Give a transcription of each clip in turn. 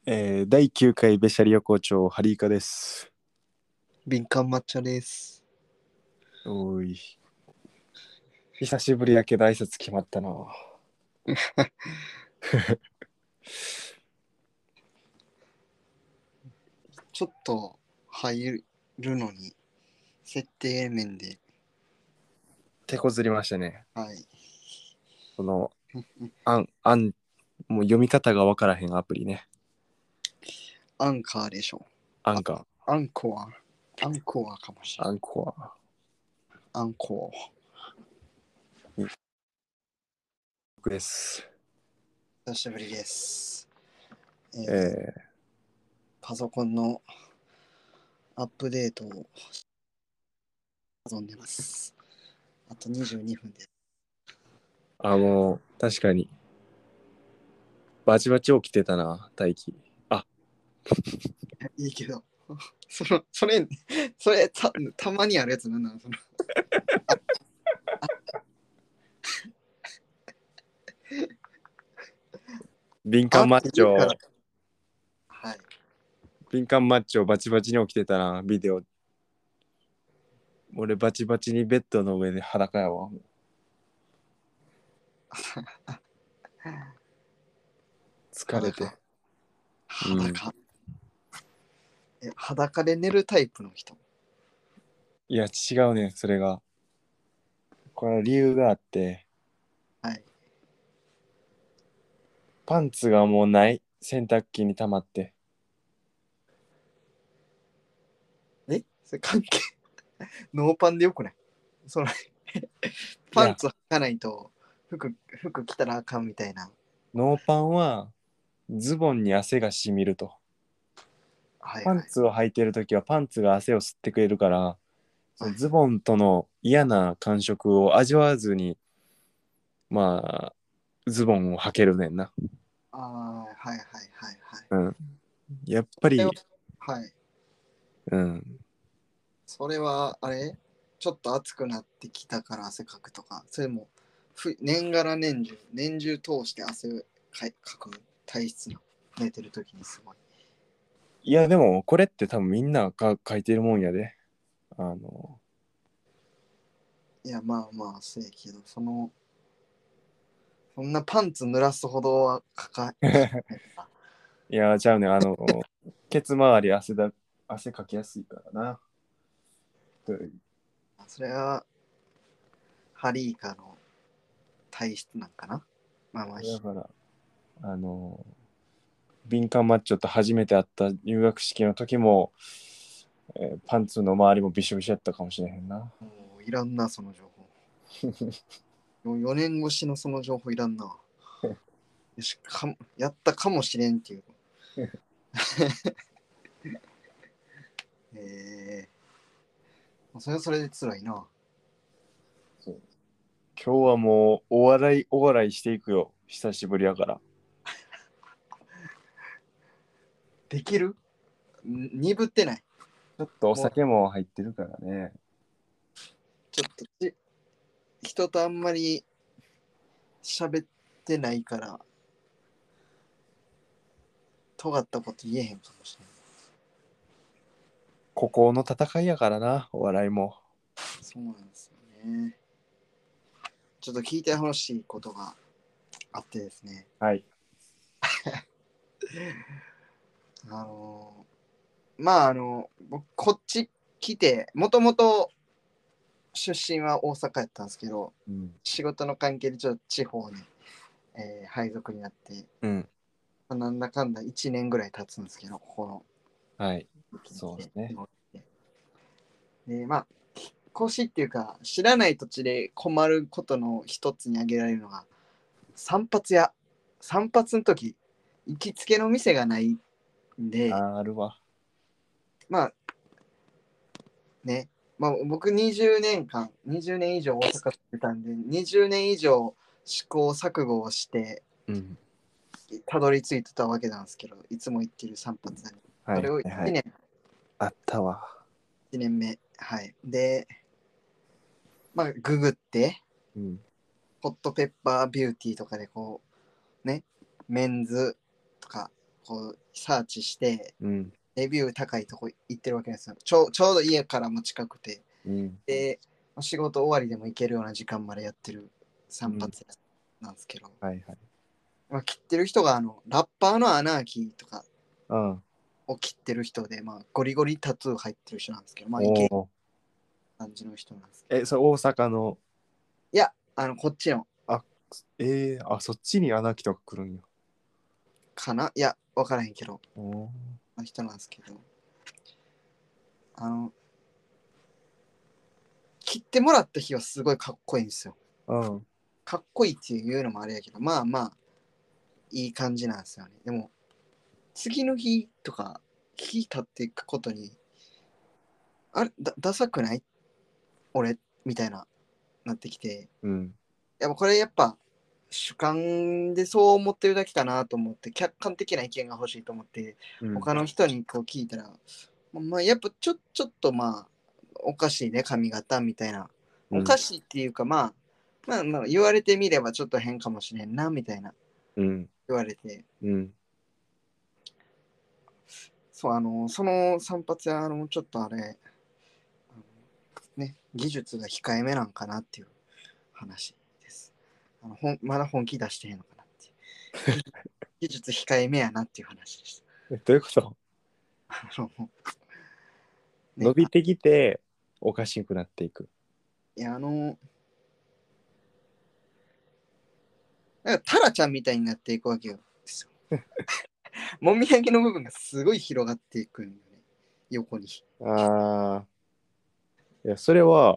第9回ベシャリア校長ハリイカです。 敏感抹茶です。 おーい。久しぶりやけど挨拶決まったな。 ちょっと入るのに設定面で、 手こずりましたね。 はい。 この、もう読み方がわからへんアプリね。 アンカーでしょ。あアンカアンコア。アンコアかもしー、 れない。 アンコア。 アンコ僕です。 ア。久しぶりです。 えパソコンのアップデートを望んでます。あと22分です。 もう、確かに、バチバチ起きてたな、大輝。あ、 いいけど、それたまにあるやつなんなのその。 敏あっ感マッチョ、 て言うから。はい。 敏感マッチョバチバチに起きてたな、ビデオ。俺バチバチにベッドの上で裸やわ。疲れて。 裸。 うん。 裸。裸で寝るタイプの人。 いや、違うね、それが。これは理由があって、 はい。 パンツがもうない洗濯機に溜まって。 それ関係、ノーパンでよくないそのいや、 パンツ履かないと服着たらあかんみたいな。 ノーパンはズボンに汗がしみると。パンはいはい。 ツを履いてるときはパンツが汗を吸ってくれるから、そはい。 のズボンとの嫌な感触を味わわずに、まあ、ズボンを履けるねんな。 ああ、はいはいはいはい。 うん。やっぱそれは、 り、 はい。 うん。 それは、あれちょっと暑くなってきたから汗かくとか、それも、年がら年中通して汗かく体質な。寝てるときにすごい。 いや、でも、これって多分みんなが書いてるもんやで。あの、 いや、まあまあ、せやけど、そんなパンツ濡らすほどはかかいや、ちゃうねん。ケツ周り汗かきやすいからな。 それは、ハリーカの体質なんかな。まあまあ、 だから、あの、敏感マッチョと初めて会った入学式の時も、パンツの周りもびしょびしょやったかもしれへんな。 もういらんな、その情報。もう4年越しのその情報いらんな。やったかもしれんっていう。えそれはそれで辛いな。 そう、今日はもうお笑いしていくよ。久しぶりやから。 できる鈍ってない。 ちょっとおもう酒も入ってるからね。 ちょっと人とあんまり喋ってないから、尖ったこと言えへんかもしれない。 ここの戦いやからな、お笑いも。 そうなんですよね。ちょっと聞いてほしいことがあってですね。 はい。 あのまあ僕こっち来て、もともと出身は大阪やったんですけど、 うん。 仕事の関係でちょっと地方に、配属になって、 うん。 なんだかんだ1年ぐらい経つんですけど、ここのはい。 時に来て。 そうですね。 で、まあ、引っ越しっていうか、知らない土地で困ることの一つに挙げられるのが、散髪屋。散髪の時、行きつけの店がないんで、 あるわ。 まあね、まあ僕20年間、20年以上大阪住んでたんで、20年以上試行錯誤をして、 うん。 たどり着いてたわけなんですけど、いつも行ってる散髪屋に。 はいそれを1 はいはい。 年、 あったわ。 1年目。はい。で、まあ、ググって、 うん。 ホットペッパービューティーとかでこう、ね、メンズとか、こう、 サーチして、 うん。 レビュー高いとこ行ってるわけですよ。ちょうど家からも近くて、 うん。 で、仕事終わりでも行けるような時間までやってる散髪屋なんですけど、 はいはい。 まあ、切ってる人がラッパーのアナーキーとかうん。 を切ってる人で、まあ、ゴリゴリタトゥー入ってる人なんですけど、まあ、イケおお。 感じの人なんですけど、 それ大阪の、 いや、こっちのあ、そっちに穴木とか来るんや。 かないや、わからへんけど、 おー。 の人なんですけど、あの、切ってもらった日はすごいかっこいいんですよ。 うん。 かっこいいっていうのもあれやけど、まあまあ、いい感じなんですよね。でも、次の日とか、日経っていくことに、あれ、ダサくない俺みたいな、なってきて、 うん。 これやっぱ、主観でそう思ってるだけかなと思って、客観的な意見が欲しいと思って、 うん。 他の人にこう聞いたら、まあ、やっぱちょっとまあ、おかしいね、髪型みたいな。 うん。 おかしいっていうか、まあ、言われてみればちょっと変かもしれんな、みたいなうん。 言われて、 うん。 そう、その散髪屋、ちょっとあれ、ね、技術が控えめなんかなっていう話です。まだ本気出してへんのかなっていう。技術控えめやなっていう話でした。 どういうこと？ あのね、 伸びてきておかしくなっていく。 いや、なんかタラちゃんみたいになっていくわけよ。ですよ。もみあげの部分がすごい広がっていくんよね。横に。 ああ、いや、それは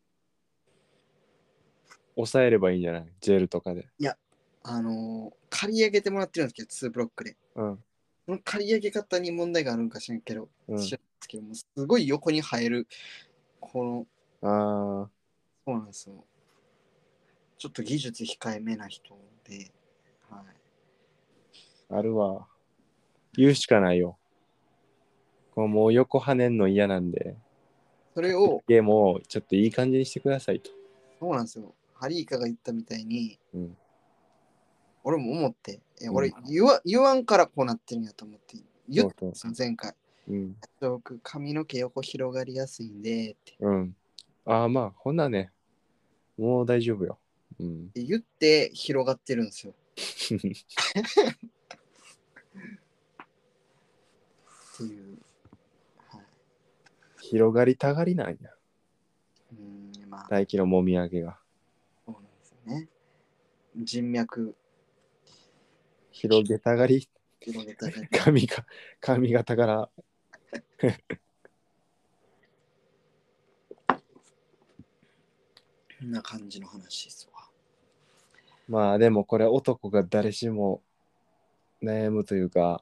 抑えればいいんじゃない？ジェルとかで。 いや、刈り上げてもらってるんですけど、2ブロックで。 うん。 その刈り上げ方に問題があるんか知らんけど、 うん。 もうすごい横に生える、この、 ああ、 そうなんですよ。ちょっと技術控えめな人で、はい。 あるわ。言うしかないよ。もう横跳ねんの嫌なんで、 それを、 ゲームをちょっといい感じにしてくださいと。 そうなんですよ。ハリーカが言ったみたいに、 うん。 俺も思って、 うん。 俺言わんからこうなってるんやと思って、言ったんそうそですよ、前回。 う。うん。 僕、髪の毛横広がりやすいんで、ってうん。ああ、まあ、ほんなね、もう大丈夫よ。うん。 言って広がってるんですよ。っていう。はい。 広がりたがりなんや。 まあ、 大気のもみあげが。 そうなんですよね。人脈広げたがり、 広げたがり。 髪型から。 こんな感じの話ですわ。 まあでもこれ男が誰しも悩むというか、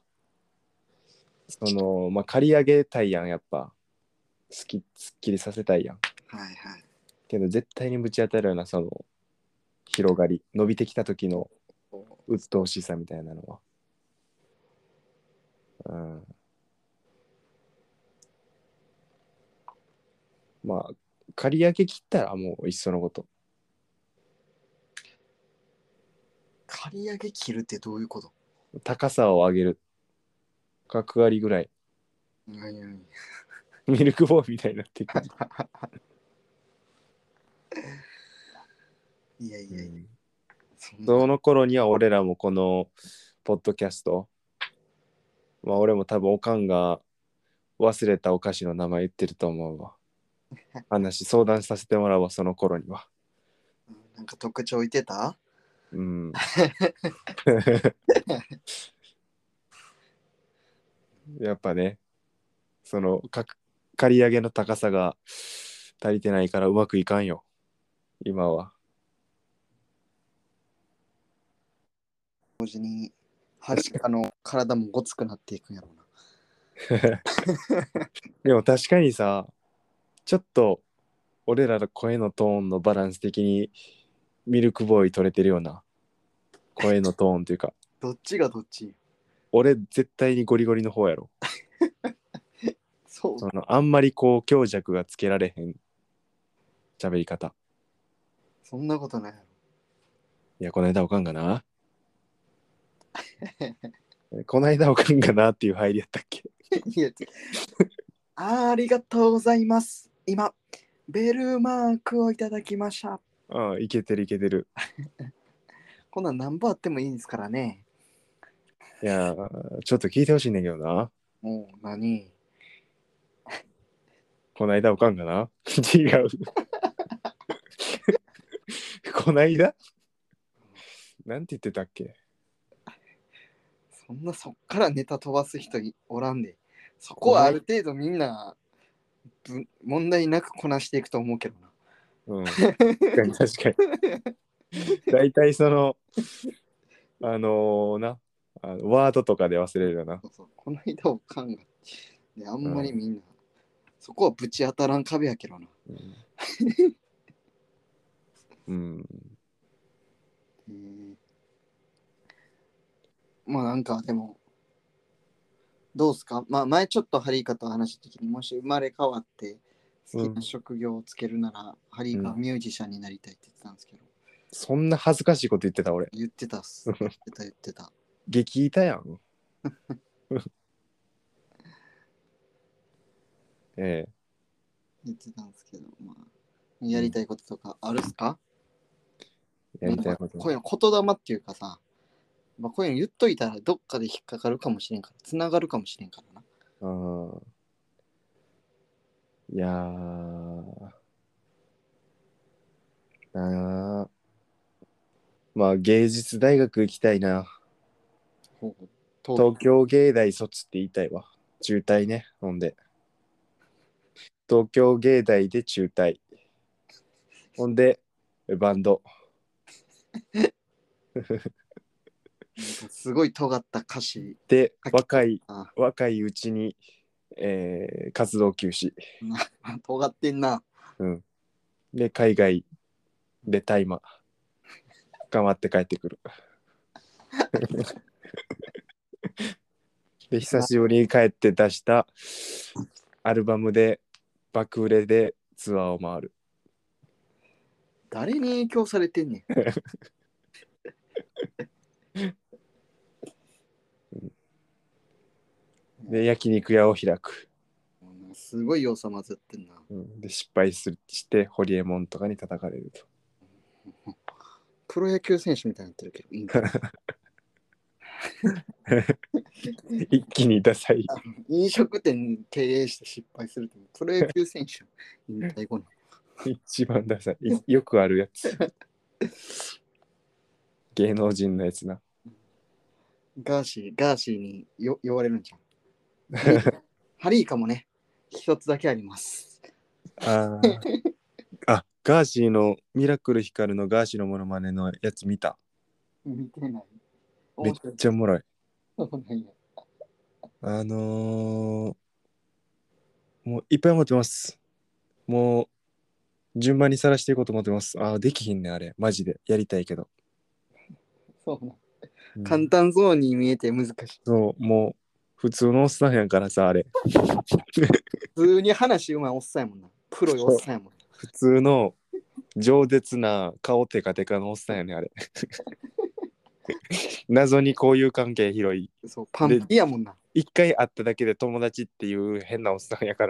まあ刈り上げたいやん、やっぱ。すっきりさせたいやん。 はいはい。 けど絶対にぶち当たるような、広がり、伸びてきた時の鬱陶しさみたいなのは。うん。まあ、刈り上げ切ったらもういっそのこと。 刈り上げ切るってどういうこと？ 高さを上げる。角刈りぐらい。 いやいやいや。 ミルクボーイみたいになってくる。 いやいやいや。 うん。 そんな。 その頃には俺らもこのポッドキャスト、まあ俺も多分おかんが忘れたお菓子の名前言ってると思うわ。相談させてもらうわ、その頃には。 なんか特徴いてた？ うん。やっぱね、そのか刈り上げの高さが足りてないからうまくいかんよ、今は。 同時に、はじかの体もごつくなっていくんやろうな。 でも確かにさ、ちょっと俺らの声のトーンのバランス的にミルクボーイ取れてるような声のトーンというか、 どっちがどっち？ 俺絶対にゴリゴリの方やろ。 そう。 あんまりこう強弱がつけられへん喋り方。 そんなことないやろ。 いや、この間おかんがな、 こないだおかんかなっていう入りやったっけ。 いやありがとうございます。今、ベルマークをいただきました。 ああ、いけてるいけてる。 こんなん何本あってもいいんですからね。 いやちょっと聞いてほしいねんけどな。 もう何こないだおかんかな。違う。こないだなんて言ってたっけ。 そんなそっからネタ飛ばす人おらんで。そこはある程度みんな問題なくこなしていくと思うけどな。 うん。確かに確かに。大体その、ワードとかで忘れるよな。 そうそうこの間おかんが。であんまりみんな、そこはぶち当たらん壁やけどな。 うん。 まあなんかでも、どうすか、まあ前ちょっとハリーカと話した時にもし生まれ変わって好きな職業をつけるなら、ハリーカはミュージシャンになりたいって言ってたんですけど。 そんな恥ずかしいこと言ってた俺。 言ってたっす。言ってた。 激痛やん。ええ。 言ってたんですけど、まあ、やりたいこととかあるっすか、 やりたいこと。 こういうの言霊っていうかさ、まあ、こういうの言っといたらどっかで引っかかるかもしれんから、つながるかもしれんからな。 ああ。いやー。まあ芸術大学行きたいな。 ほう東京芸大卒って言いたいわ。中退ね。ほんで。東京芸大で中退。ほんで、バンド。 すごい尖った歌詞。 で、若いうちに、活動休止。 尖ってんな。 うん。で、海外で大麻。頑張って帰ってくる。で、久しぶりに帰って出したアルバムで爆売れでツアーを回る。 誰に影響されてんねん。 で、焼肉屋を開く。 すごい要素混ざってんな。 で、失敗してホリエモンとかに叩かれると。 プロ野球選手みたいになってるけど、いいんか一気にダサい。 飲食店経営して失敗すると、プロ野球選手引退後の。 一番ダサい。よくあるやつ。芸能人のやつな。 ガーシーに呼ばれるんじゃん。ハリーかもね、一つだけあります。 あガーシーのミラクルヒカルのガーシーのモノマネのやつ見た。 見てない。 めっちゃおもろい。もういっぱい持ってます。もう順番にさらしていこうと思ってます。できひんねあれ。マジで。やりたいけど。 そうな。簡単そうに見えて難しい。 そう、もう普通のおっさんやからさ、あれ。 普通に話うまいおっさんやもんな。プロいおっさんやもん。 普通の饒舌な顔テカテカのおっさんやねあれ。謎にこういう関係広い。 そう、パンピやもんな。 一回会っただけで友達っていう変なおっさんやから。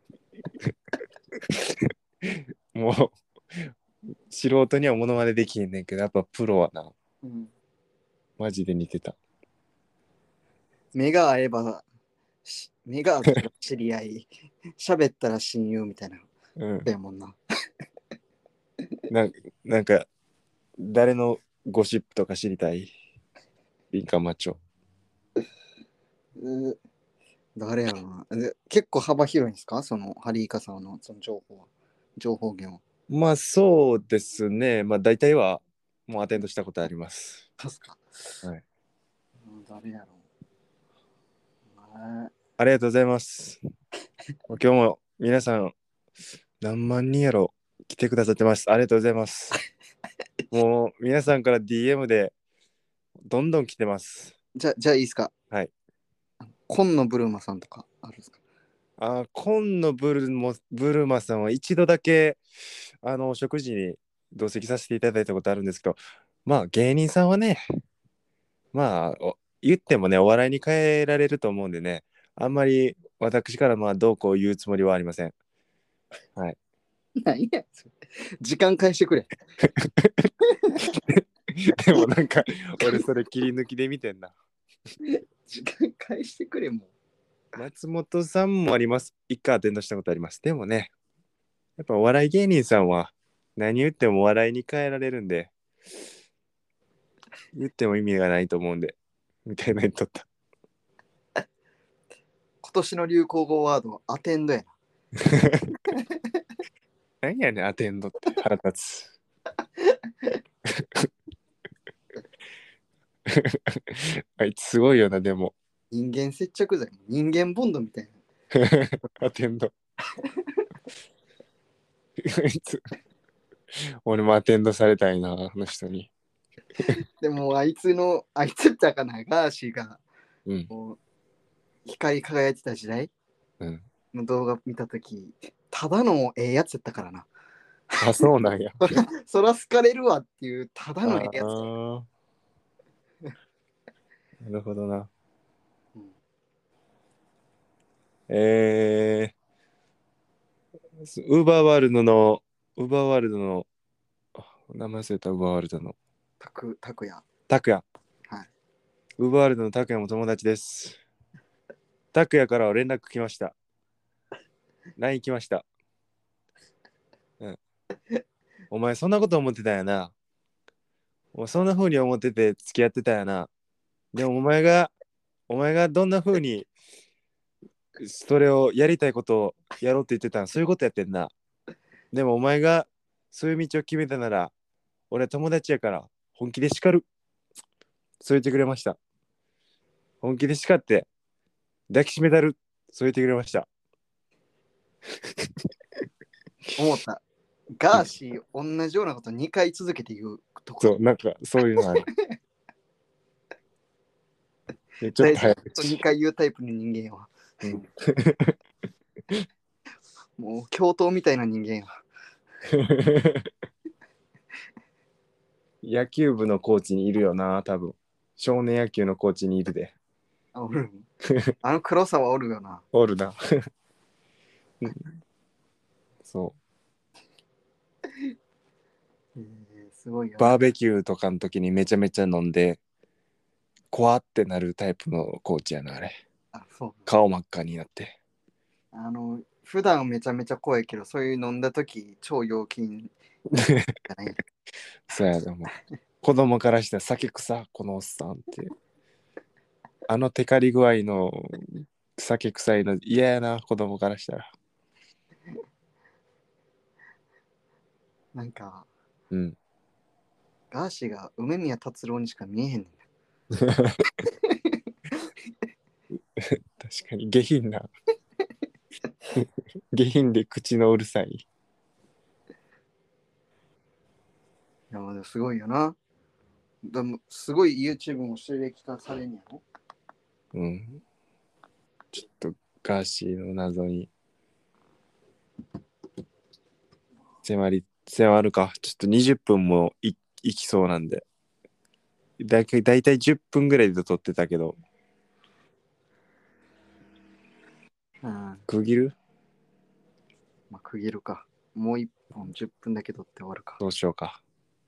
もう素人にはモノマネできへんねんけど、やっぱプロはな、マジで似てた。 目が合えば目が合ったら知り合い、喋ったら親友みたいな。やもんな。 なんか誰のゴシップとか知りたい？リンカマッチョ。 誰やろな。結構幅広いんですか、そのハリーカさんのその情報源は。 まあそうですね。まあ大体はもうアテンドしたことあります。 確か。 はい。 誰やろありがとうございます。今日も皆さん何万人やろ来てくださってます。ありがとうございます。もう皆さんから DM でどんどん来てます。 じゃあいいですか。 はい。 今野ブルマさんとかあるんですか。 今野ブルマさんは一度だけ食事に同席させていただいたことあるんですけど、まあ芸人さんはね、まあ言ってもね、お笑いに変えられると思うんでね、あんまり私からまあどうこう言うつもりはありません。はい。 何やそれ時間返してくれ。 でもなんか、俺それ切り抜きで見てんな。 時間返してくれも松本さんもあります。一回アテンドしたことあります。でもね、やっぱお笑い芸人さんは何言ってもお笑いに変えられるんで、言っても意味がないと思うんで、みたいな言っとった。 今年の流行語ワードアテンドやな。 何やねん、アテンドって腹立つ。あいつすごいよな、でも。 人間接着剤、人間ボンドみたいな。 アテンド。あいつ俺もアテンドされたいな、あの人に。 でもあいつってかな、ガーシーがうん。 こう光り輝いてた時代うん。 の動画見たとき、ただのええやつやったからな。 あ、そうなんや。 そら好かれるわっていうただのええやつ。 ああ。なるほどな。 うんウーバーワールドの、ウーバーワールドの、名前忘れた、ウーバーワールドの、 たくや。 タクヤ。 はい。 ウーバーワールドのタクヤも友達です。タクヤからは連絡来ました。LINE 来ました。うん。お前そんなこと思ってたんやな。お前そんな風に思ってて付き合ってたんやな。でもお前がどんな風にそれをやりたいことをやろうって言ってたん、そういうことやってんな。でもお前がそういう道を決めたなら、俺は友達やから本気で叱る。そう言ってくれました。本気で叱って抱きしめたる。そう言ってくれました。 思った。ガーシー、同じようなこと2回続けて言うところ。 そう、なんかそういうのある。でちょっ大と早事と2 口。 回言うタイプの人間やわ。 うん、 もう教頭みたいな人間やわ。 野球部のコーチにいるよな、多分。少年野球のコーチにいるで。 あおるあの黒さはおるよな。 おるな。そう。 すごいよな。 バーベキューとかの時にめちゃめちゃ飲んで、怖ってなるタイプのコーチやな、あれ。 あ、そう。 顔真っ赤になって。 普段めちゃめちゃ怖いけど、そういう飲んだ時超陽気にじゃない。 そうやでも。子供からしたら酒臭、このおっさんって。あのテカリ具合の酒臭いの嫌やな、子供からしたら。 なんか、 うん。 ガーシーが梅宮達郎にしか見えへんねん。 確かに下品な。下品で口のうるさい。 いや、でもすごいよな。でもすごい YouTube も収益化されんやろ。 うん。ちょっとガーシーの謎に迫るか。ちょっと20分もいきそうなんで。だいたい10分ぐらいで撮ってたけど、 うん。 区切るまあ、区切るか。もう1本10分だけ撮って終わるか。 どうしようか。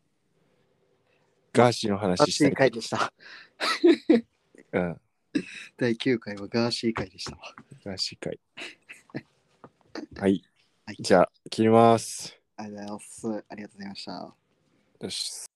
ガーシーのガーシー話したい。 会でした。 うん。 第9回はガーシー会でしたわ。 ガーシー会。はい。 はい。 じゃあ、切ります。 ありがとうございます。ありがとうございました。 よし。